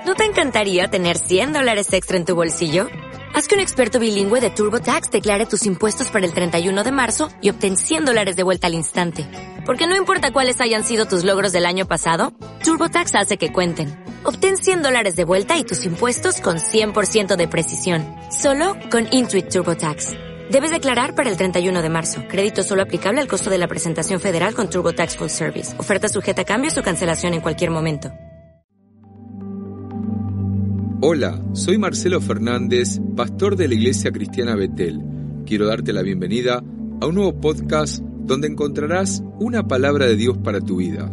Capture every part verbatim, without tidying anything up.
¿No te encantaría tener cien dólares extra en tu bolsillo? Haz que un experto bilingüe de TurboTax declare tus impuestos para el treinta y uno de marzo y obtén cien dólares de vuelta al instante. Porque no importa cuáles hayan sido tus logros del año pasado, TurboTax hace que cuenten. Obtén cien dólares de vuelta y tus impuestos con cien por ciento de precisión. Solo con Intuit TurboTax. Debes declarar para el treinta y uno de marzo. Crédito solo aplicable al costo de la presentación federal con TurboTax Full Service. Oferta sujeta a cambios o cancelación en cualquier momento. Hola, soy Marcelo Fernández, pastor de la Iglesia Cristiana Betel. Quiero darte la bienvenida a un nuevo podcast donde encontrarás una palabra de Dios para tu vida.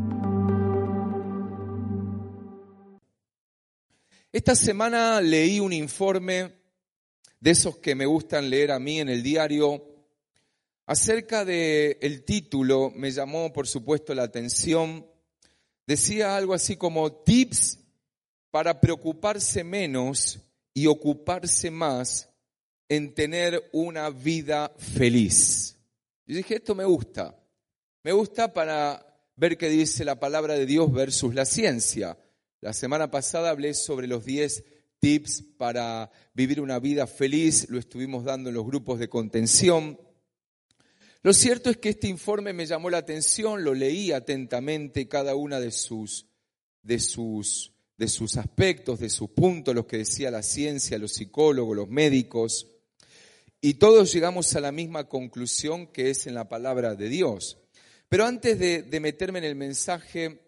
Esta semana leí un informe de esos que me gustan leer a mí en el diario. Acerca del título me llamó por supuesto la atención. Decía algo así como tips para preocuparse menos y ocuparse más en tener una vida feliz. Yo dije, esto me gusta. Me gusta para ver qué dice la palabra de Dios versus la ciencia. La semana pasada hablé sobre los diez tips para vivir una vida feliz. Lo estuvimos dando en los grupos de contención. Lo cierto es que este informe me llamó la atención. Lo leí atentamente cada una de sus, de sus de sus aspectos, de sus puntos, los que decía la ciencia, los psicólogos, los médicos, y todos llegamos a la misma conclusión que es en la palabra de Dios. Pero antes de, de meterme en el mensaje,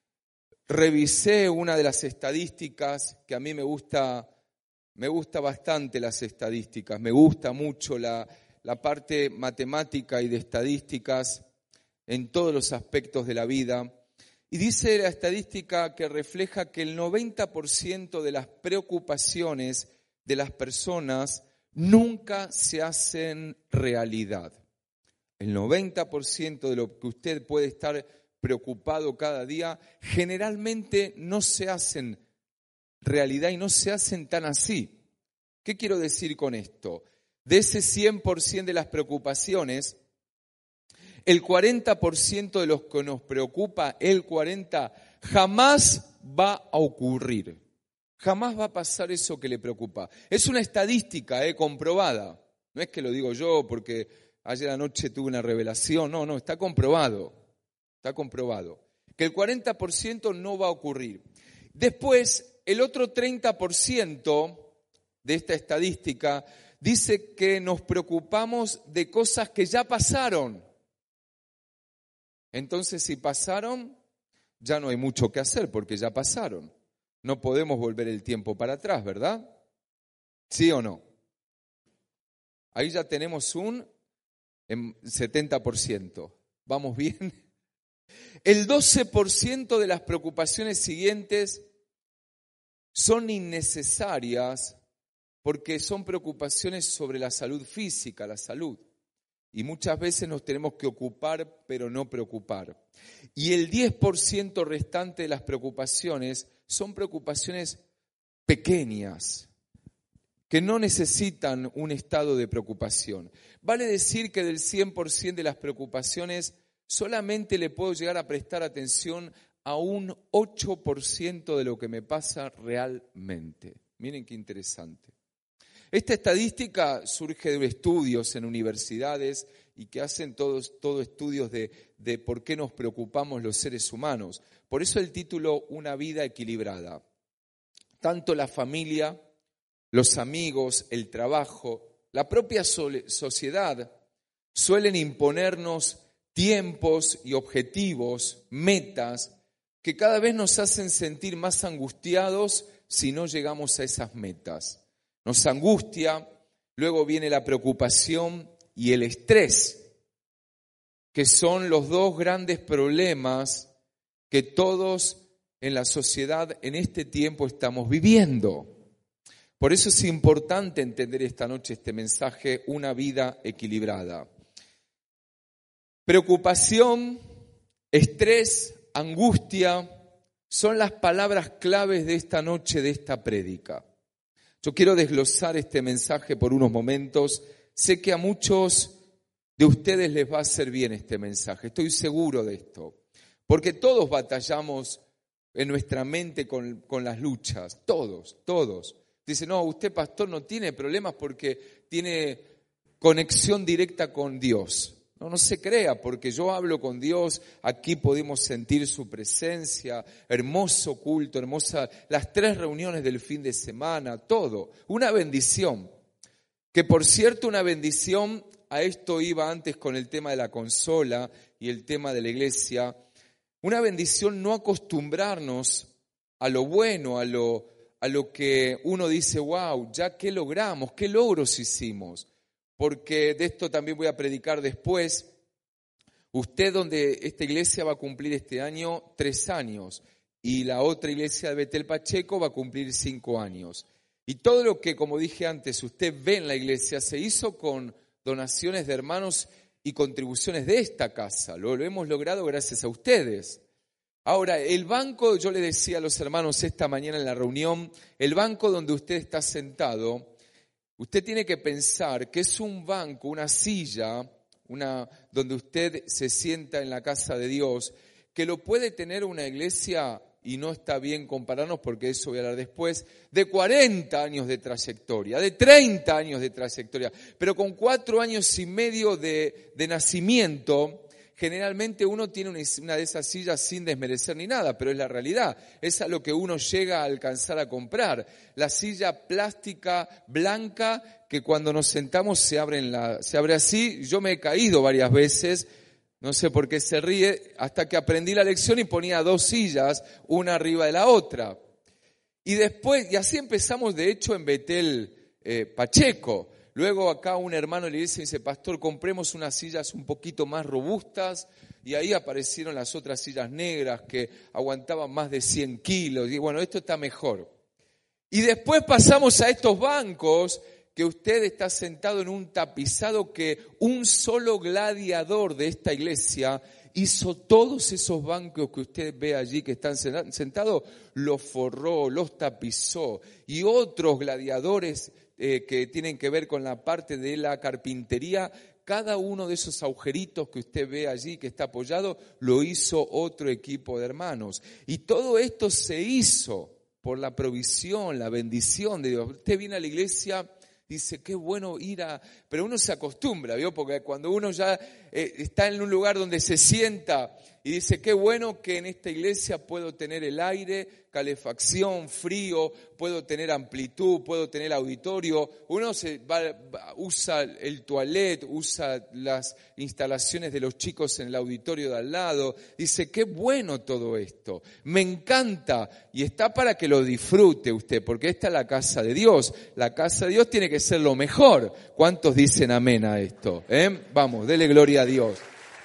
revisé una de las estadísticas que a mí me gusta, me gusta bastante las estadísticas, me gusta mucho la, la parte matemática y de estadísticas en todos los aspectos de la vida. Y dice la estadística que refleja que el noventa por ciento de las preocupaciones de las personas nunca se hacen realidad. El noventa por ciento de lo que usted puede estar preocupado cada día, generalmente no se hacen realidad y no se hacen tan así. ¿Qué quiero decir con esto? De ese cien por ciento de las preocupaciones, el cuarenta por ciento de los que nos preocupa, el cuarenta por ciento jamás va a ocurrir. Jamás va a pasar eso que le preocupa. Es una estadística eh, comprobada. No es que lo digo yo porque ayer anoche tuve una revelación. No, no, está comprobado. Está comprobado. Que el cuarenta por ciento no va a ocurrir. Después, el otro treinta por ciento de esta estadística dice que nos preocupamos de cosas que ya pasaron. Entonces, si pasaron, ya no hay mucho que hacer porque ya pasaron. No podemos volver el tiempo para atrás, ¿verdad? ¿Sí o no? Ahí ya tenemos un setenta por ciento. ¿Vamos bien? El doce por ciento de las preocupaciones siguientes son innecesarias porque son preocupaciones sobre la salud física, la salud. Y muchas veces nos tenemos que ocupar, pero no preocupar. Y el diez por ciento restante de las preocupaciones son preocupaciones pequeñas, que no necesitan un estado de preocupación. Vale decir que del cien por ciento de las preocupaciones, solamente le puedo llegar a prestar atención a un ocho por ciento de lo que me pasa realmente. Miren qué interesante. Esta estadística surge de estudios en universidades y que hacen todos, todos estudios de, de por qué nos preocupamos los seres humanos. Por eso el título, Una vida equilibrada. Tanto la familia, los amigos, el trabajo, la propia sociedad suelen imponernos tiempos y objetivos, metas, que cada vez nos hacen sentir más angustiados si no llegamos a esas metas. Nos angustia, luego viene la preocupación y el estrés, que son los dos grandes problemas que todos en la sociedad en este tiempo estamos viviendo. Por eso es importante entender esta noche este mensaje, una vida equilibrada. Preocupación, estrés, angustia son las palabras claves de esta noche, de esta prédica. Yo quiero desglosar este mensaje por unos momentos. Sé que a muchos de ustedes les va a hacer bien este mensaje, estoy seguro de esto. Porque todos batallamos en nuestra mente con, con las luchas, todos, todos. Dice, no, usted pastor no tiene problemas porque tiene conexión directa con Dios. No, no se crea, porque yo hablo con Dios, aquí podemos sentir su presencia, hermoso culto, hermosa, las tres reuniones del fin de semana, todo, una bendición. Que por cierto, una bendición, a esto iba antes con el tema de la consola y el tema de la iglesia, una bendición no acostumbrarnos a lo bueno, a lo, a lo que uno dice, wow, ya qué logramos, qué logros hicimos. Porque de esto también voy a predicar después. Usted, donde esta iglesia va a cumplir este año tres años y la otra iglesia de Betel Pacheco va a cumplir cinco años. Y todo lo que, como dije antes, usted ve en la iglesia se hizo con donaciones de hermanos y contribuciones de esta casa. Lo, lo hemos logrado gracias a ustedes. Ahora, el banco, yo le decía a los hermanos esta mañana en la reunión, el banco donde usted está sentado, usted tiene que pensar que es un banco, una silla, una, donde usted se sienta en la casa de Dios, que lo puede tener una iglesia, y no está bien compararnos porque eso voy a hablar después, de cuarenta años de trayectoria, de treinta años de trayectoria, pero con cuatro años y medio de, de nacimiento. Generalmente uno tiene una de esas sillas sin desmerecer ni nada, pero es la realidad. Es a lo que uno llega a alcanzar a comprar. La silla plástica blanca que cuando nos sentamos se abre, en la, se abre así. Yo me he caído varias veces, no sé por qué se ríe, hasta que aprendí la lección y ponía dos sillas, una arriba de la otra. Y después, y así empezamos de hecho en Betel eh, Pacheco. Luego acá un hermano le dice, dice, pastor, compremos unas sillas un poquito más robustas, y ahí aparecieron las otras sillas negras que aguantaban más de cien kilos, y bueno, esto está mejor. Y después pasamos a estos bancos que usted está sentado en un tapizado que un solo gladiador de esta iglesia hizo todos esos bancos que usted ve allí que están sentados, los forró, los tapizó, y otros gladiadores Eh, que tienen que ver con la parte de la carpintería, cada uno de esos agujeritos que usted ve allí que está apoyado, lo hizo otro equipo de hermanos. Y todo esto se hizo por la provisión, la bendición de Dios. Usted viene a la iglesia, dice, qué bueno ir a... Pero uno se acostumbra, ¿vio? Porque cuando uno ya eh, está en un lugar donde se sienta y dice, qué bueno que en esta iglesia puedo tener el aire, calefacción, frío, puedo tener amplitud, puedo tener auditorio. Uno se va, va, usa el toilet, usa las instalaciones de los chicos en el auditorio de al lado. Dice, qué bueno todo esto, me encanta, y está para que lo disfrute usted, porque esta es la casa de Dios. La casa de Dios tiene que ser lo mejor. ¿Cuántos dicen amén a esto? ¿Eh? Vamos, dele gloria a Dios.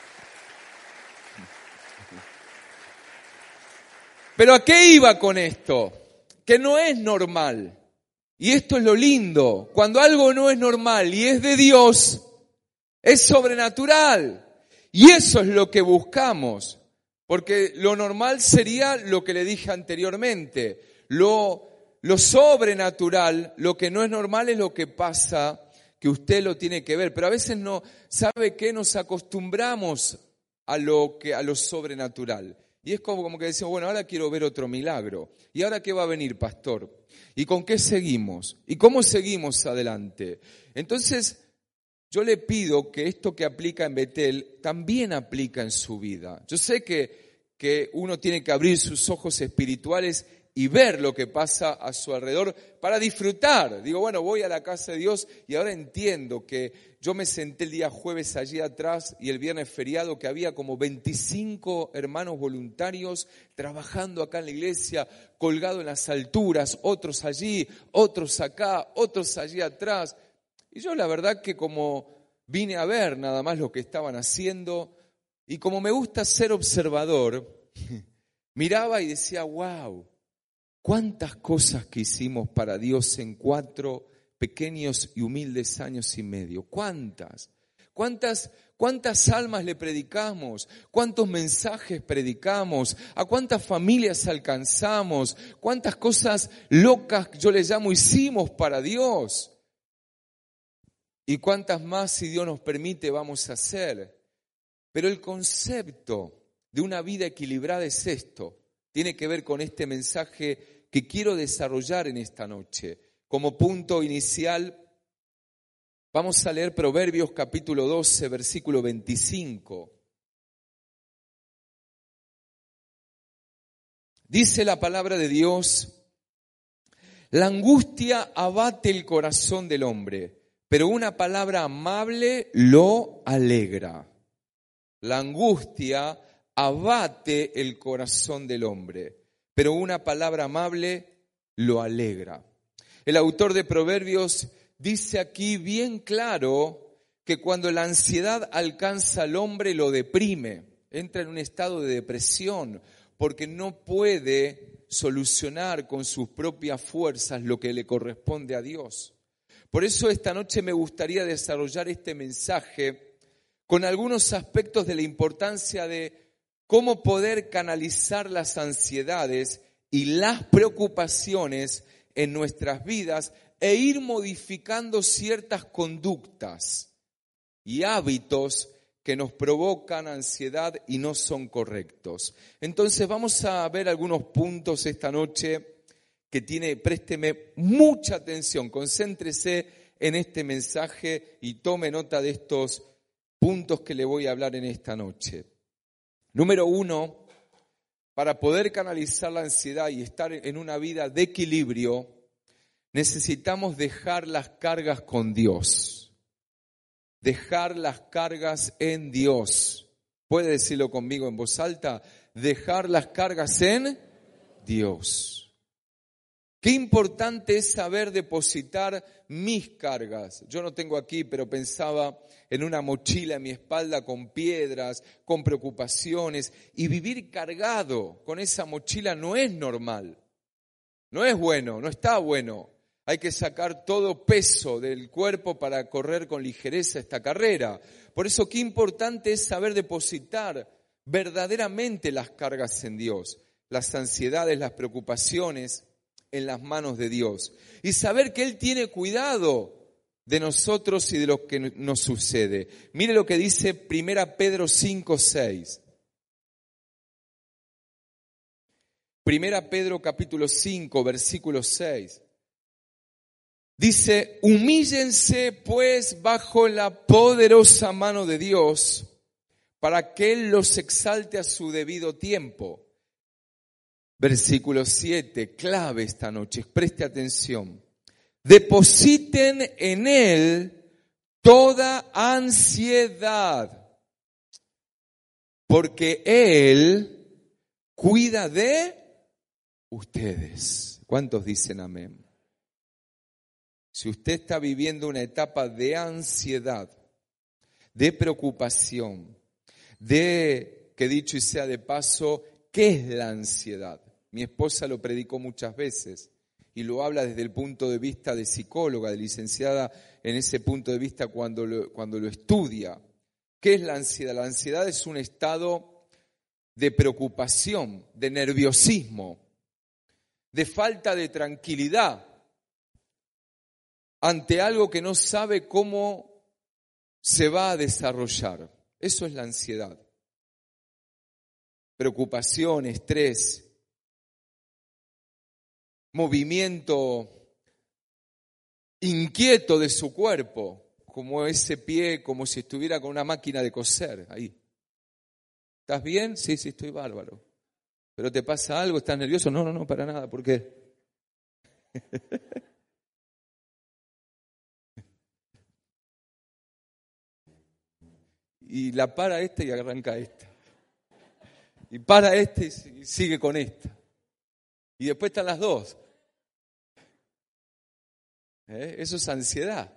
Pero ¿a qué iba con esto? Que no es normal. Y esto es lo lindo. Cuando algo no es normal y es de Dios, es sobrenatural. Y eso es lo que buscamos. Porque lo normal sería lo que le dije anteriormente. Lo, lo sobrenatural, lo que no es normal es lo que pasa, que usted lo tiene que ver. Pero a veces no, ¿sabe qué? Nos acostumbramos a lo, que, a lo sobrenatural. Y es como, como que decimos, bueno, ahora quiero ver otro milagro. ¿Y ahora qué va a venir, pastor? ¿Y con qué seguimos? ¿Y cómo seguimos adelante? Entonces, yo le pido que esto que aplica en Betel también aplica en su vida. Yo sé que, que uno tiene que abrir sus ojos espirituales y ver lo que pasa a su alrededor para disfrutar. Digo, bueno, voy a la casa de Dios y ahora entiendo que yo me senté el día jueves allí atrás y el viernes feriado que había como veinticinco hermanos voluntarios trabajando acá en la iglesia, colgados en las alturas, otros allí, otros acá, otros allí atrás. Y yo la verdad que como vine a ver nada más lo que estaban haciendo y como me gusta ser observador, miraba y decía, wow, cuántas cosas que hicimos para Dios en cuatro pequeños y humildes años y medio. ¿Cuántas? ¿Cuántas, cuántas almas le predicamos? ¿Cuántos mensajes predicamos? ¿A cuántas familias alcanzamos? ¿Cuántas cosas locas, yo les llamo, hicimos para Dios? ¿Y cuántas más, si Dios nos permite, vamos a hacer? Pero el concepto de una vida equilibrada es esto. tiene que ver con este mensaje que quiero desarrollar en esta noche. Como punto inicial, vamos a leer Proverbios capítulo doce, versículo veinticinco. Dice la palabra de Dios: la angustia abate el corazón del hombre, pero una palabra amable lo alegra. La angustia abate el corazón del hombre, pero una palabra amable lo alegra. El autor de Proverbios dice aquí bien claro que cuando la ansiedad alcanza al hombre lo deprime, entra en un estado de depresión porque no puede solucionar con sus propias fuerzas lo que le corresponde a Dios. Por eso esta noche me gustaría desarrollar este mensaje con algunos aspectos de la importancia de cómo poder canalizar las ansiedades y las preocupaciones en nuestras vidas e ir modificando ciertas conductas y hábitos que nos provocan ansiedad y no son correctos. Entonces vamos a ver algunos puntos esta noche que tiene, présteme mucha atención, concéntrese en este mensaje y tome nota de estos puntos que le voy a hablar en esta noche. Número uno, para poder canalizar la ansiedad y estar en una vida de equilibrio, necesitamos dejar las cargas con Dios. Dejar las cargas en Dios. ¿Puede decirlo conmigo en voz alta? Dejar las cargas en Dios. Qué importante es saber depositar mis cargas. Yo no tengo aquí, pero pensaba en una mochila en mi espalda con piedras, con preocupaciones, y vivir cargado con esa mochila no es normal. No es bueno, no está bueno. Hay que sacar todo peso del cuerpo para correr con ligereza esta carrera. Por eso qué importante es saber depositar verdaderamente las cargas en Dios, las ansiedades, las preocupaciones en las manos de Dios. Y saber que Él tiene cuidado de nosotros y de lo que nos sucede. Mire lo que dice Primera Pedro cinco, seis. Primera Pedro capítulo cinco, versículo seis. Dice: humíllense pues bajo la poderosa mano de Dios para que Él los exalte a su debido tiempo. Versículo siete, clave esta noche, preste atención. Depositen en Él toda ansiedad, porque Él cuida de ustedes. ¿Cuántos dicen amén? Si usted está viviendo una etapa de ansiedad, de preocupación, de, que dicho y sea de paso, ¿qué es la ansiedad? Mi esposa lo predicó muchas veces y lo habla desde el punto de vista de psicóloga, de licenciada en ese punto de vista cuando lo, cuando lo estudia. ¿Qué es la ansiedad? La ansiedad es un estado de preocupación, de nerviosismo, de falta de tranquilidad ante algo que no sabe cómo se va a desarrollar. Eso es la ansiedad. Preocupación, estrés, movimiento inquieto de su cuerpo, como ese pie, como si estuviera con una máquina de coser ahí. ¿Estás bien? Sí, sí, estoy bárbaro. ¿Pero te pasa algo? ¿Estás nervioso? No, no, no, para nada. ¿Por qué? Y la para esta y arranca esta. Y para este y sigue con esta. Y después están las dos. ¿Eh? Eso es ansiedad.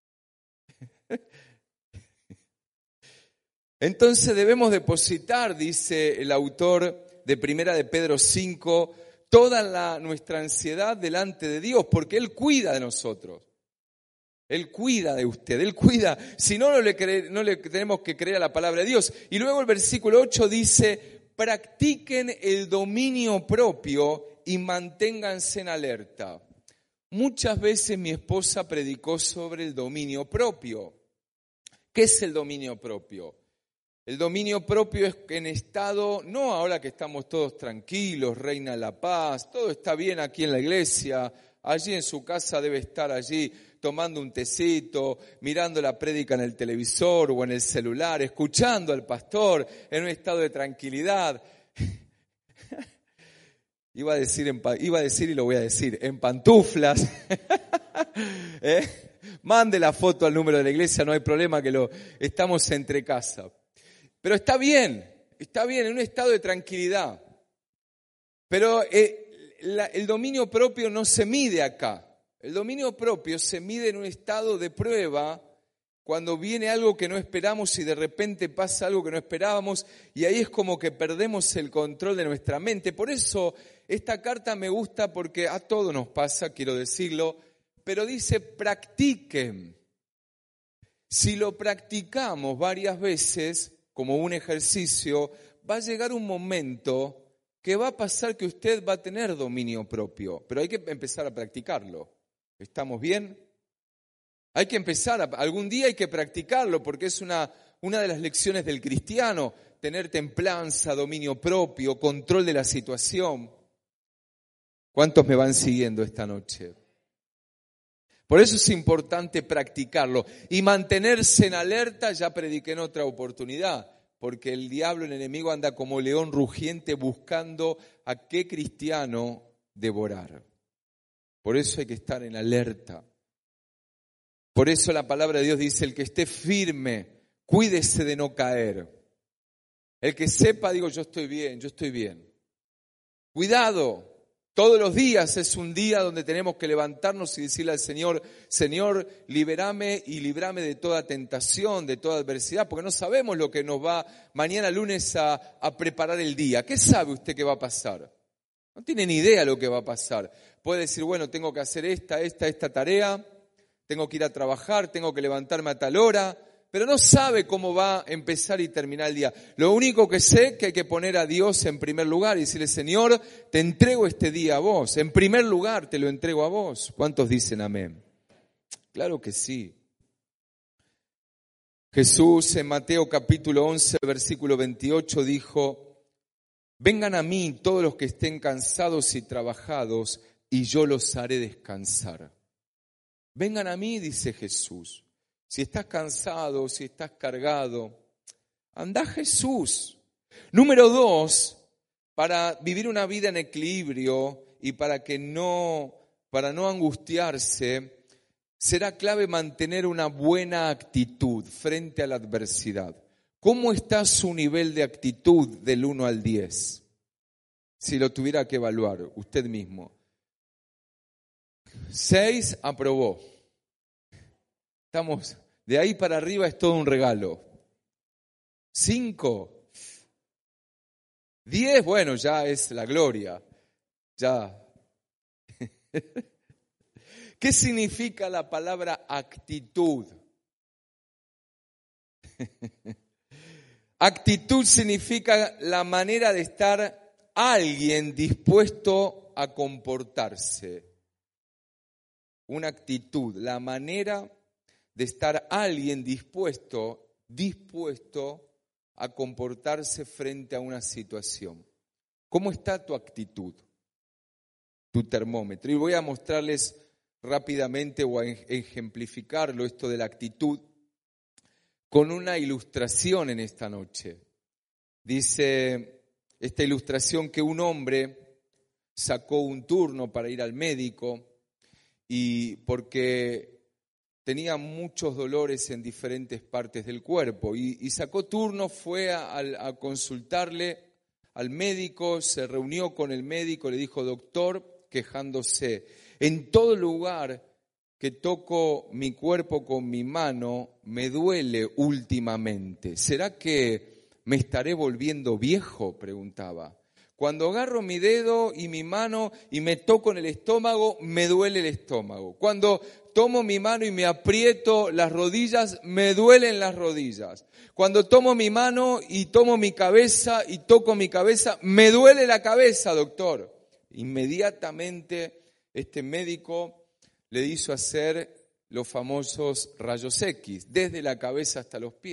Entonces debemos depositar, dice el autor de Primera de Pedro cinco, toda la, nuestra ansiedad delante de Dios, porque Él cuida de nosotros. Él cuida de usted, Él cuida. Si no, no le, cre- no le tenemos que creer a la palabra de Dios. Y luego el versículo ocho dice: practiquen el dominio propio y manténganse en alerta. Muchas veces mi esposa predicó sobre el dominio propio. ¿Qué es el dominio propio? El dominio propio es en estado, no ahora que estamos todos tranquilos, reina la paz, todo está bien aquí en la iglesia, allí en su casa debe estar allí tomando un tecito, mirando la prédica en el televisor o en el celular, escuchando al pastor en un estado de tranquilidad. Iba a decir, en, iba a decir y lo voy a decir, en pantuflas. ¿Eh? Mande la foto al número de la iglesia, no hay problema que lo estamos entre casa. Pero está bien, está bien, en un estado de tranquilidad. Pero eh, la, el dominio propio no se mide acá. El dominio propio se mide en un estado de prueba, cuando viene algo que no esperamos y de repente pasa algo que no esperábamos, y ahí es como que perdemos el control de nuestra mente. Por eso esta carta me gusta, porque a todos nos pasa, quiero decirlo, pero dice practiquen. Si lo practicamos varias veces, como un ejercicio, va a llegar un momento que va a pasar que usted va a tener dominio propio, pero hay que empezar a practicarlo. ¿Estamos bien? Hay que empezar, a, algún día hay que practicarlo, porque es una, una de las lecciones del cristiano, tener templanza, dominio propio, control de la situación. ¿Cuántos me van siguiendo esta noche? Por eso es importante practicarlo y mantenerse en alerta. Ya prediqué en otra oportunidad, porque el diablo, el enemigo, anda como león rugiente buscando a qué cristiano devorar. Por eso hay que estar en alerta. Por eso la palabra de Dios dice, el que esté firme, cuídese de no caer. El que sepa, digo, yo estoy bien, yo estoy bien. Cuidado. Todos los días es un día donde tenemos que levantarnos y decirle al Señor, Señor, libérame y librame de toda tentación, de toda adversidad, porque no sabemos lo que nos va mañana lunes a, a preparar el día. ¿Qué sabe usted que va a pasar? No tiene ni idea lo que va a pasar. Puede decir, bueno, tengo que hacer esta, esta, esta tarea, tengo que ir a trabajar, tengo que levantarme a tal hora, pero no sabe cómo va a empezar y terminar el día. Lo único que sé es que hay que poner a Dios en primer lugar y decirle, Señor, te entrego este día a vos. En primer lugar te lo entrego a vos. ¿Cuántos dicen amén? Claro que sí. Jesús en Mateo capítulo once, versículo veintiocho dijo, vengan a mí todos los que estén cansados y trabajados y yo los haré descansar. Vengan a mí, dice Jesús. Si estás cansado, si estás cargado, anda a Jesús. Número dos, para vivir una vida en equilibrio y para que no, para no angustiarse, será clave mantener una buena actitud frente a la adversidad. ¿Cómo está su nivel de actitud del uno al diez? Si lo tuviera que evaluar usted mismo. seis, aprobó. Estamos, de ahí para arriba es todo un regalo. Cinco. Diez, bueno, ya es la gloria. Ya. ¿Qué significa la palabra actitud? Actitud significa la manera de estar alguien dispuesto a comportarse. Una actitud, la manera de estar alguien dispuesto, dispuesto a comportarse frente a una situación. ¿Cómo está tu actitud? Tu termómetro. Y voy a mostrarles rápidamente o a ejemplificarlo, esto de la actitud, con una ilustración en esta noche. Dice esta ilustración que un hombre sacó un turno para ir al médico y porque tenía muchos dolores en diferentes partes del cuerpo y, y sacó turno, fue a, a consultarle al médico, se reunió con el médico, le dijo, doctor, quejándose, en todo lugar que toco mi cuerpo con mi mano me duele últimamente. ¿Será que me estaré volviendo viejo?, preguntaba. Cuando agarro mi dedo y mi mano y me toco en el estómago, me duele el estómago. Cuando tomo mi mano y me aprieto las rodillas, me duelen las rodillas. Cuando tomo mi mano y tomo mi cabeza y toco mi cabeza, me duele la cabeza, doctor. Inmediatamente este médico le hizo hacer los famosos rayos X, desde la cabeza hasta los pies.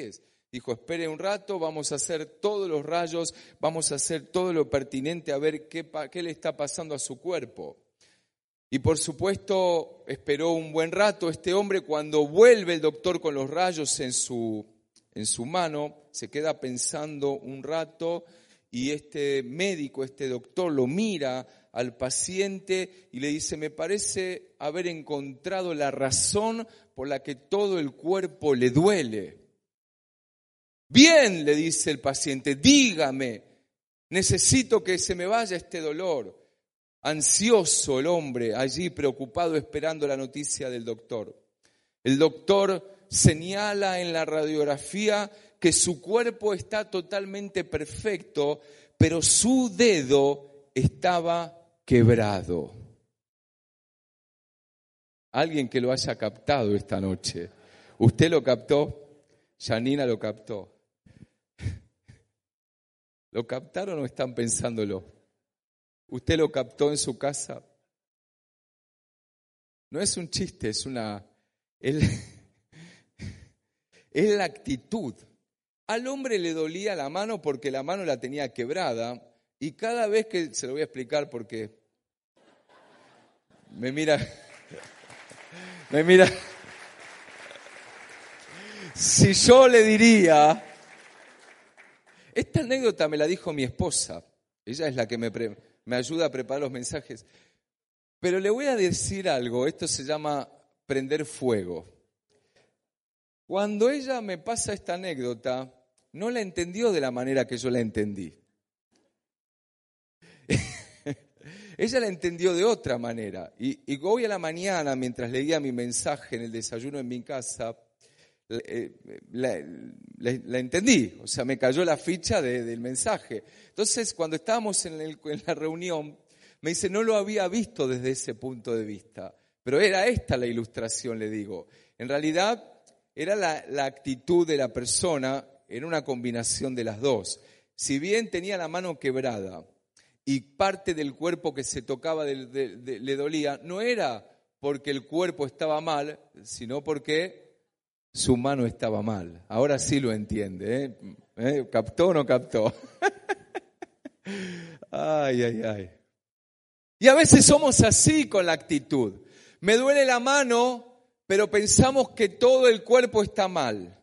Dijo, espere un rato, vamos a hacer todos los rayos, vamos a hacer todo lo pertinente a ver qué, qué le está pasando a su cuerpo. Y por supuesto esperó un buen rato. Este hombre, cuando vuelve el doctor con los rayos en su, en su mano, se queda pensando un rato y este médico, este doctor, lo mira al paciente y le dice, me parece haber encontrado la razón por la que todo el cuerpo le duele. Bien, le dice el paciente, dígame, necesito que se me vaya este dolor. Ansioso el hombre, allí preocupado esperando la noticia del doctor. El doctor señala en la radiografía que su cuerpo está totalmente perfecto, pero su dedo estaba quebrado. Alguien que lo haya captado esta noche. ¿Usted lo captó? Janina lo captó. ¿Lo captaron o están pensándolo? ¿Usted lo captó en su casa? No es un chiste, es una... Es, es la actitud. Al hombre le dolía la mano porque la mano la tenía quebrada y cada vez que... Se lo voy a explicar porque... Me mira... Me mira... Si yo le diría... Esta anécdota me la dijo mi esposa. Ella es la que me... Pre... me ayuda a preparar los mensajes. Pero le voy a decir algo, esto se llama prender fuego. Cuando ella me pasa esta anécdota, no la entendió de la manera que yo la entendí. Ella la entendió de otra manera. Y, y hoy a la mañana, mientras leía mi mensaje en el desayuno en mi casa, eh, la, la, la entendí, o sea, me cayó la ficha de, del mensaje. Entonces, cuando estábamos en, el, en la reunión, me dice, no lo había visto desde ese punto de vista, pero era esta la ilustración, le digo. En realidad, era la, la actitud de la persona, era una combinación de las dos. Si bien tenía la mano quebrada y parte del cuerpo que se tocaba de, de, de, le dolía, no era porque el cuerpo estaba mal, sino porque su mano estaba mal. Ahora sí lo entiende, ¿eh? ¿Eh? ¿Captó o no captó? Ay, ay, ay. Y a veces somos así con la actitud. Me duele la mano, pero pensamos que todo el cuerpo está mal.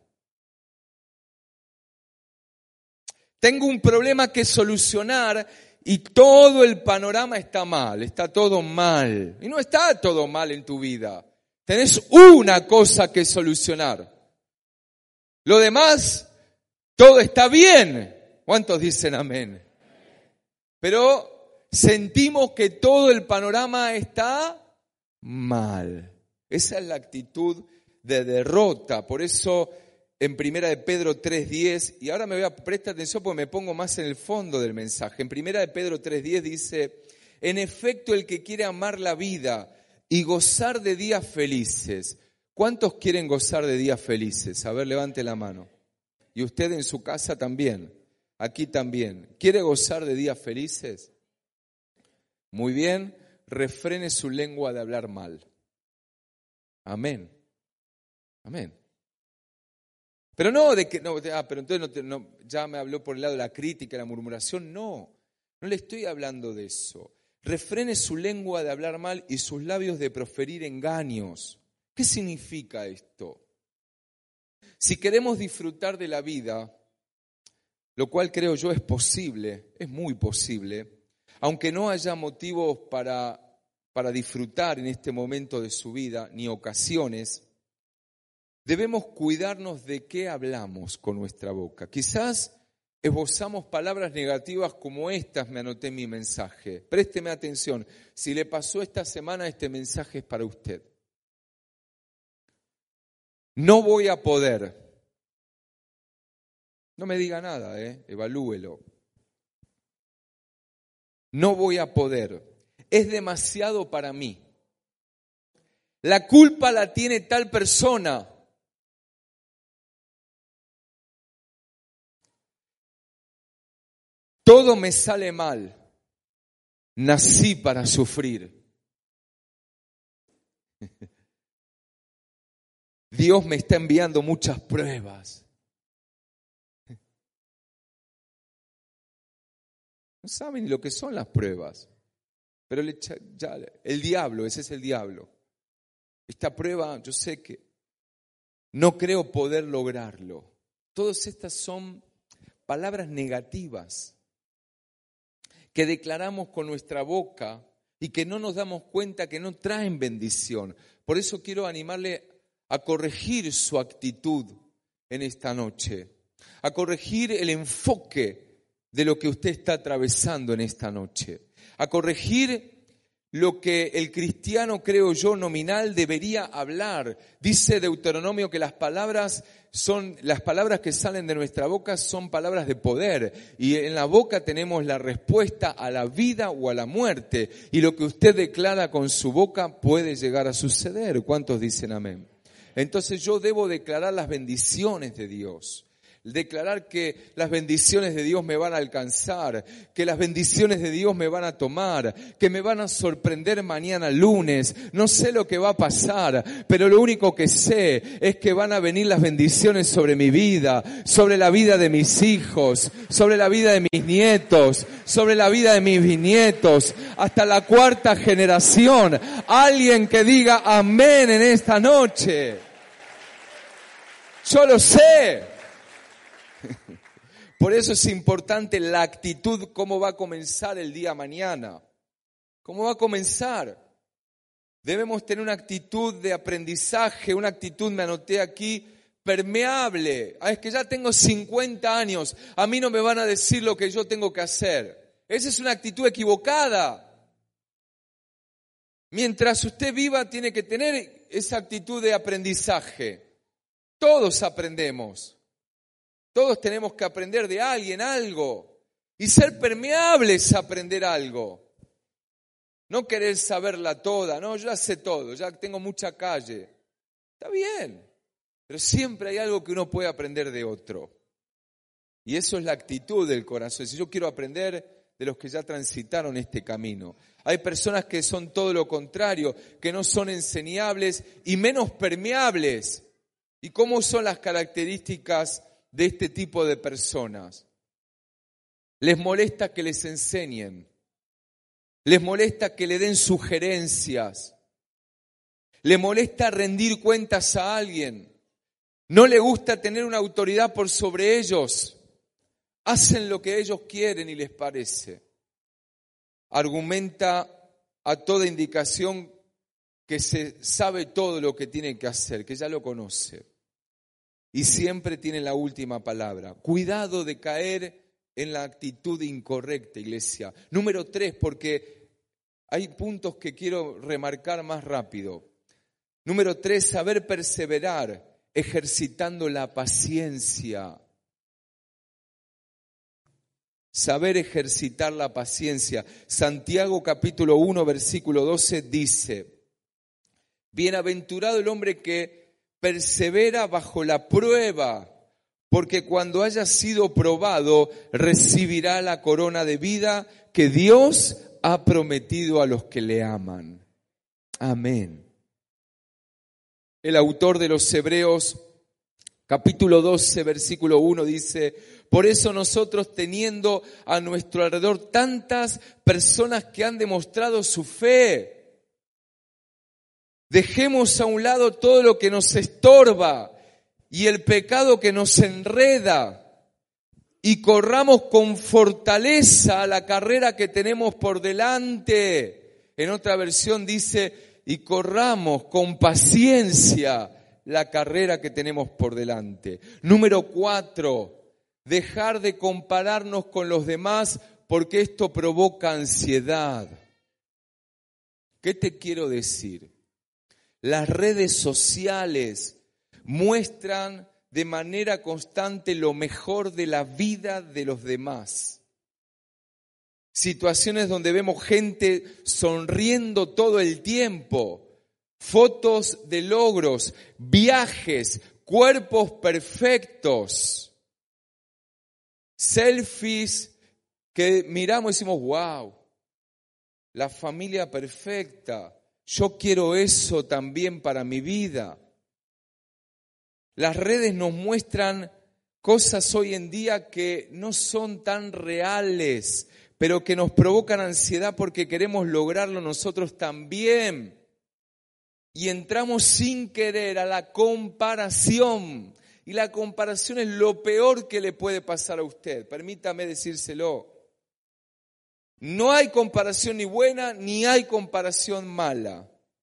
Tengo un problema que solucionar y todo el panorama está mal, está todo mal. Y no está todo mal en tu vida. Tenés una cosa que solucionar. Lo demás, todo está bien. ¿Cuántos dicen amén? Pero sentimos que todo el panorama está mal. Esa es la actitud de derrota. Por eso en Primera de Pedro tres diez, y ahora me voy a prestar atención porque me pongo más en el fondo del mensaje. En Primera de Pedro tres diez dice, en efecto el que quiere amar la vida y gozar de días felices. ¿Cuántos quieren gozar de días felices? A ver, levante la mano. Y usted en su casa también, aquí también. ¿Quiere gozar de días felices? Muy bien, refrene su lengua de hablar mal. Amén. Amén. Pero no de que, no, ah, pero entonces no, te, no, ya me habló por el lado de la crítica, la murmuración. No, no le estoy hablando de eso. Refrene su lengua de hablar mal y sus labios de proferir engaños. ¿Qué significa esto? Si queremos disfrutar de la vida, lo cual creo yo es posible, es muy posible, aunque no haya motivos para, para disfrutar en este momento de su vida, ni ocasiones, debemos cuidarnos de qué hablamos con nuestra boca. Quizás esbozamos palabras negativas como estas, me anoté en mi mensaje. Présteme atención, si le pasó esta semana, este mensaje es para usted. No voy a poder. No me diga nada, ¿eh? Evalúelo. No voy a poder. Es demasiado para mí. La culpa la tiene tal persona. Todo me sale mal. Nací para sufrir. Dios me está enviando muchas pruebas. No saben ni lo que son las pruebas. Pero le, ya, el diablo, ese es el diablo. Esta prueba, yo sé que no creo poder lograrlo. Todas estas son palabras negativas que declaramos con nuestra boca y que no nos damos cuenta que no traen bendición. Por eso quiero animarle a corregir su actitud en esta noche, a corregir el enfoque de lo que usted está atravesando en esta noche, a corregir lo que el cristiano, creo yo, nominal debería hablar. Dice Deuteronomio que las palabras son, las palabras que salen de nuestra boca son palabras de poder. Y en la boca tenemos la respuesta a la vida o a la muerte. Y lo que usted declara con su boca puede llegar a suceder. ¿Cuántos dicen amén? Entonces yo debo declarar las bendiciones de Dios. Declarar que las bendiciones de Dios me van a alcanzar, que las bendiciones de Dios me van a tomar, que me van a sorprender mañana lunes. No sé lo que va a pasar, pero lo único que sé es que van a venir las bendiciones sobre mi vida, sobre la vida de mis hijos, sobre la vida de mis nietos, sobre la vida de mis bisnietos, hasta la cuarta generación. Alguien que diga amén en esta noche. Yo lo sé. Por eso es importante la actitud, cómo va a comenzar el día mañana. ¿Cómo va a comenzar? Debemos tener una actitud de aprendizaje, una actitud, me anoté aquí, permeable. Ah, es que ya tengo cincuenta años, a mí no me van a decir lo que yo tengo que hacer. Esa es una actitud equivocada. Mientras usted viva, tiene que tener esa actitud de aprendizaje. Todos aprendemos. Todos tenemos que aprender de alguien algo. Y ser permeables es aprender algo. No querer saberla toda. No, yo ya sé todo, ya tengo mucha calle. Está bien. Pero siempre hay algo que uno puede aprender de otro. Y eso es la actitud del corazón. Si yo quiero aprender de los que ya transitaron este camino. Hay personas que son todo lo contrario, que no son enseñables y menos permeables. ¿Y cómo son las características de este tipo de personas? Les molesta que les enseñen, les molesta que le den sugerencias, les molesta rendir cuentas a alguien, no le gusta tener una autoridad por sobre ellos, hacen lo que ellos quieren y les parece. Argumenta a toda indicación que se sabe todo lo que tiene que hacer, que ya lo conoce. Y siempre tiene la última palabra. Cuidado de caer en la actitud incorrecta, iglesia. Número tres, porque hay puntos que quiero remarcar más rápido. Número tres, saber perseverar ejercitando la paciencia. Saber ejercitar la paciencia. Santiago capítulo uno, versículo doce dice: bienaventurado el hombre que persevera bajo la prueba, porque cuando haya sido probado, recibirá la corona de vida que Dios ha prometido a los que le aman. Amén. El autor de los Hebreos, capítulo doce, versículo uno, dice: por eso nosotros, teniendo a nuestro alrededor tantas personas que han demostrado su fe, dejemos a un lado todo lo que nos estorba y el pecado que nos enreda y corramos con fortaleza la carrera que tenemos por delante. En otra versión dice: y corramos con paciencia la carrera que tenemos por delante. Número cuatro, dejar de compararnos con los demás porque esto provoca ansiedad. ¿Qué te quiero decir? Las redes sociales muestran de manera constante lo mejor de la vida de los demás. Situaciones donde vemos gente sonriendo todo el tiempo, fotos de logros, viajes, cuerpos perfectos, selfies que miramos y decimos: wow, la familia perfecta. Yo quiero eso también para mi vida. Las redes nos muestran cosas hoy en día que no son tan reales, pero que nos provocan ansiedad porque queremos lograrlo nosotros también. Y entramos sin querer a la comparación. Y la comparación es lo peor que le puede pasar a usted. Permítame decírselo. No hay comparación ni buena, ni hay comparación mala.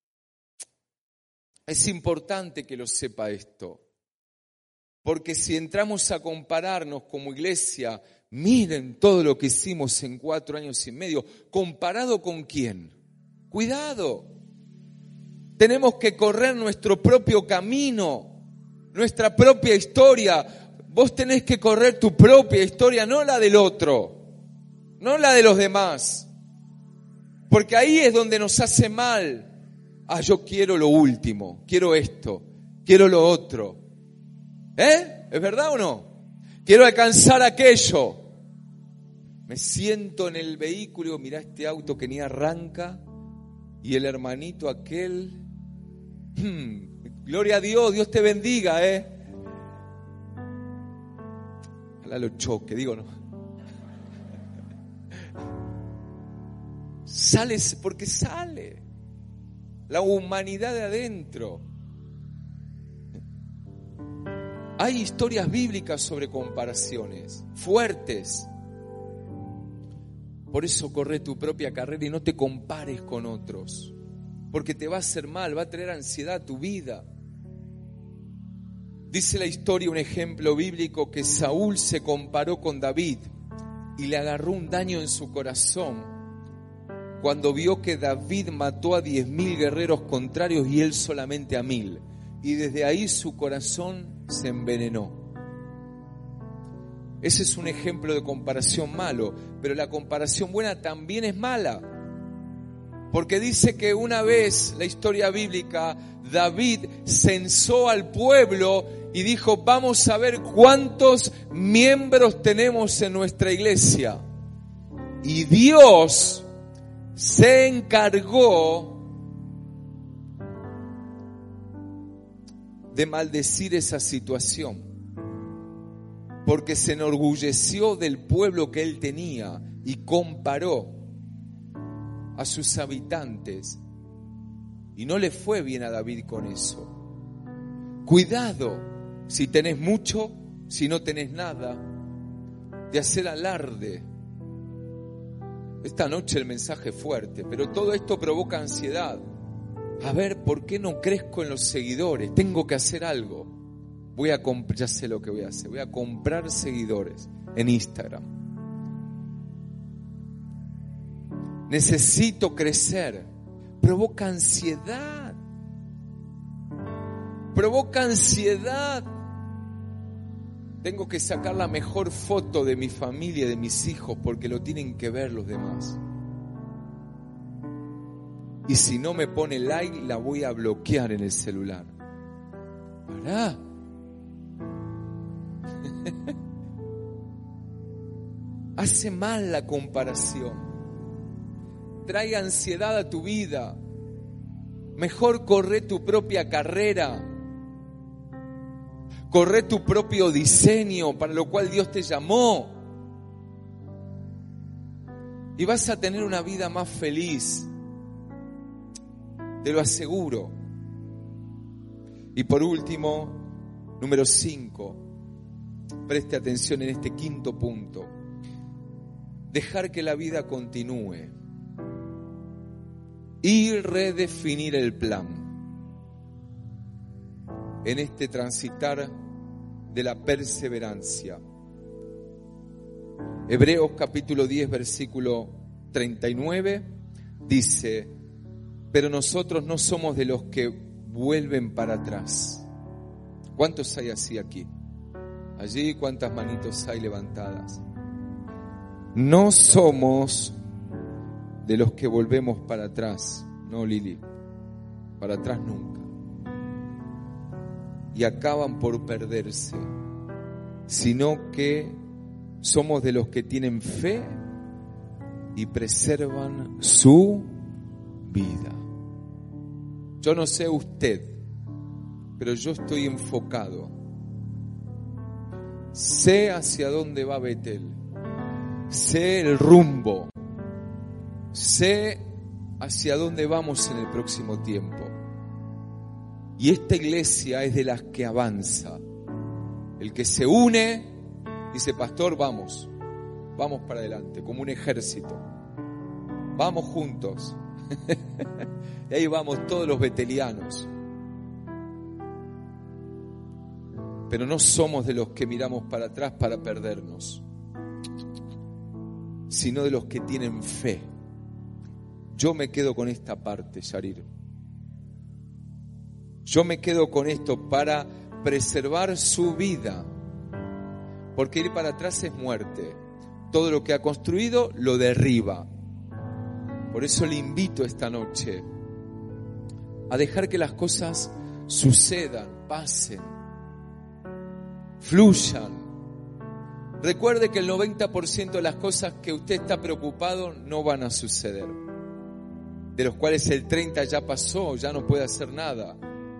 Es importante que lo sepa esto. Porque si entramos a compararnos como iglesia, miren todo lo que hicimos en cuatro años y medio. ¿Comparado con quién? Cuidado. Tenemos que correr nuestro propio camino. Nuestra propia historia. Vos tenés que correr tu propia historia, no la del otro, no la de los demás. Porque ahí es donde nos hace mal. Ah, yo quiero lo último, quiero esto, quiero lo otro. ¿Eh? ¿Es verdad o no? Quiero alcanzar aquello. Me siento en el vehículo y digo, mirá este auto que ni arranca y el hermanito aquel... Hmm, gloria a Dios, Dios te bendiga, ¿eh? Ojalá lo choque, digo, no. Sale porque sale. La humanidad de adentro. Hay historias bíblicas sobre comparaciones fuertes. Por eso corre tu propia carrera y no te compares con otros. Porque te va a hacer mal, va a traer ansiedad a tu vida. Dice la historia, un ejemplo bíblico, que Saúl se comparó con David y le agarró un daño en su corazón cuando vio que David mató a diez mil guerreros contrarios y él solamente a mil. Y desde ahí su corazón se envenenó. Ese es un ejemplo de comparación malo, pero la comparación buena también es mala. Porque dice que una vez, la historia bíblica, David censó al pueblo y dijo, vamos a ver cuántos miembros tenemos en nuestra iglesia. Y Dios se encargó de maldecir esa situación. Porque se enorgulleció del pueblo que él tenía y comparó a sus habitantes. Y no le fue bien a David con eso. Cuidado, si tenés mucho, si no tenés nada, de hacer alarde. Esta noche el mensaje es fuerte, pero todo esto provoca ansiedad. A ver, ¿por qué no crezco en los seguidores? Tengo que hacer algo. Voy a comprar, ya sé lo que voy a hacer, voy a comprar seguidores en Instagram. Necesito crecer. Provoca ansiedad. Provoca ansiedad. Tengo que sacar la mejor foto de mi familia, de mis hijos, porque lo tienen que ver los demás. Y si no me pone like, la voy a bloquear en el celular. ¿Pará? Hace mal la comparación. Trae ansiedad a tu vida. Mejor corre tu propia carrera. Corre tu propio diseño para lo cual Dios te llamó. Y vas a tener una vida más feliz. Te lo aseguro. Y por último, número cinco. Preste atención en este quinto punto. Dejar que la vida continúe. Y redefinir el plan en este transitar de la perseverancia. Hebreos capítulo diez versículo treinta y nueve dice, pero nosotros no somos de los que vuelven para atrás. ¿Cuántos hay así aquí? Allí, ¿cuántas manitos hay levantadas? No somos de los que volvemos para atrás. No, Lili, para atrás nunca. Y acaban por perderse, sino que somos de los que tienen fe y preservan su vida. Yo no sé usted, pero yo estoy enfocado. Sé hacia dónde va Betel. sé el rumbo, sé hacia dónde vamos en el próximo tiempo. Y esta iglesia es de las que avanza. El que se une, dice, pastor, vamos, vamos para adelante, como un ejército. Vamos juntos. Y ahí vamos todos los betelianos. Pero no somos de los que miramos para atrás para perdernos, sino de los que tienen fe. Yo me quedo con esta parte, Yarir. Yo me quedo con esto para preservar su vida, porque ir para atrás es muerte. Todo lo que ha construido lo derriba. Por eso le invito esta noche a dejar que las cosas sucedan, pasen, fluyan. Recuerde que el noventa por ciento de las cosas que usted está preocupado no van a suceder, de los cuales el treinta por ciento ya pasó, ya no puede hacer nada,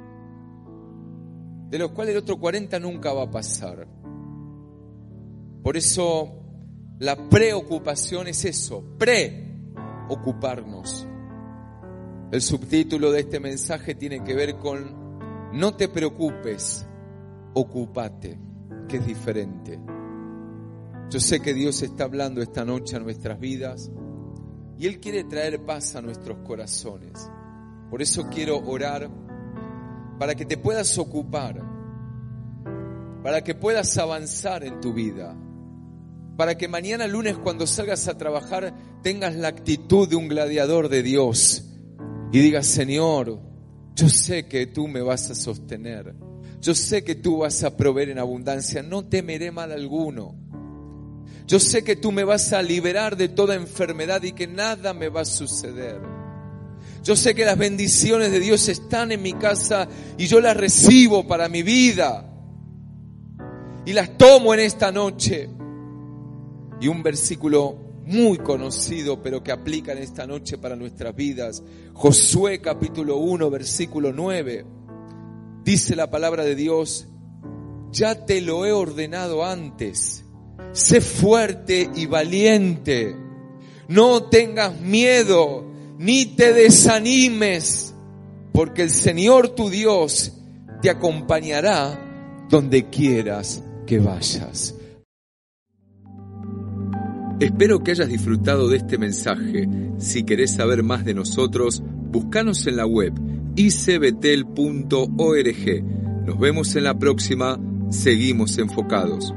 de los cuales el otro cuarenta por ciento nunca va a pasar. Por eso la preocupación es eso, preocuparnos. El subtítulo de este mensaje tiene que ver con no te preocupes, ocúpate, que es diferente. Yo sé que Dios está hablando esta noche a nuestras vidas y Él quiere traer paz a nuestros corazones. Por eso quiero orar para que te puedas ocupar, para que puedas avanzar en tu vida, para que mañana lunes cuando salgas a trabajar tengas la actitud de un gladiador de Dios y digas, Señor, yo sé que tú me vas a sostener, yo sé que tú vas a proveer en abundancia, no temeré mal alguno. Yo sé que tú me vas a liberar de toda enfermedad y que nada me va a suceder. Yo sé que las bendiciones de Dios están en mi casa y yo las recibo para mi vida. Y las tomo en esta noche. Y un versículo muy conocido, pero que aplica en esta noche para nuestras vidas. Josué capítulo uno, versículo nueve. Dice la palabra de Dios, ya te lo he ordenado antes. Sé fuerte y valiente. No tengas miedo, ni te desanimes, porque el Señor tu Dios te acompañará donde quieras que vayas. Espero que hayas disfrutado de este mensaje. Si querés saber más de nosotros, búscanos en la web i c betel punto org. Nos vemos en la próxima. Seguimos enfocados.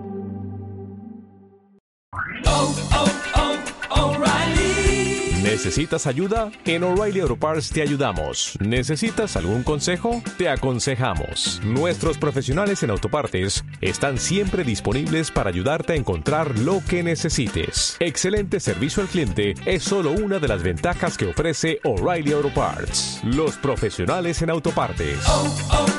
Oh, oh, oh, O'Reilly. ¿Necesitas ayuda? En O'Reilly Auto Parts te ayudamos. ¿Necesitas algún consejo? Te aconsejamos. Nuestros profesionales en autopartes están siempre disponibles para ayudarte a encontrar lo que necesites. Excelente servicio al cliente es solo una de las ventajas que ofrece O'Reilly Auto Parts. Los profesionales en autopartes. Oh, oh.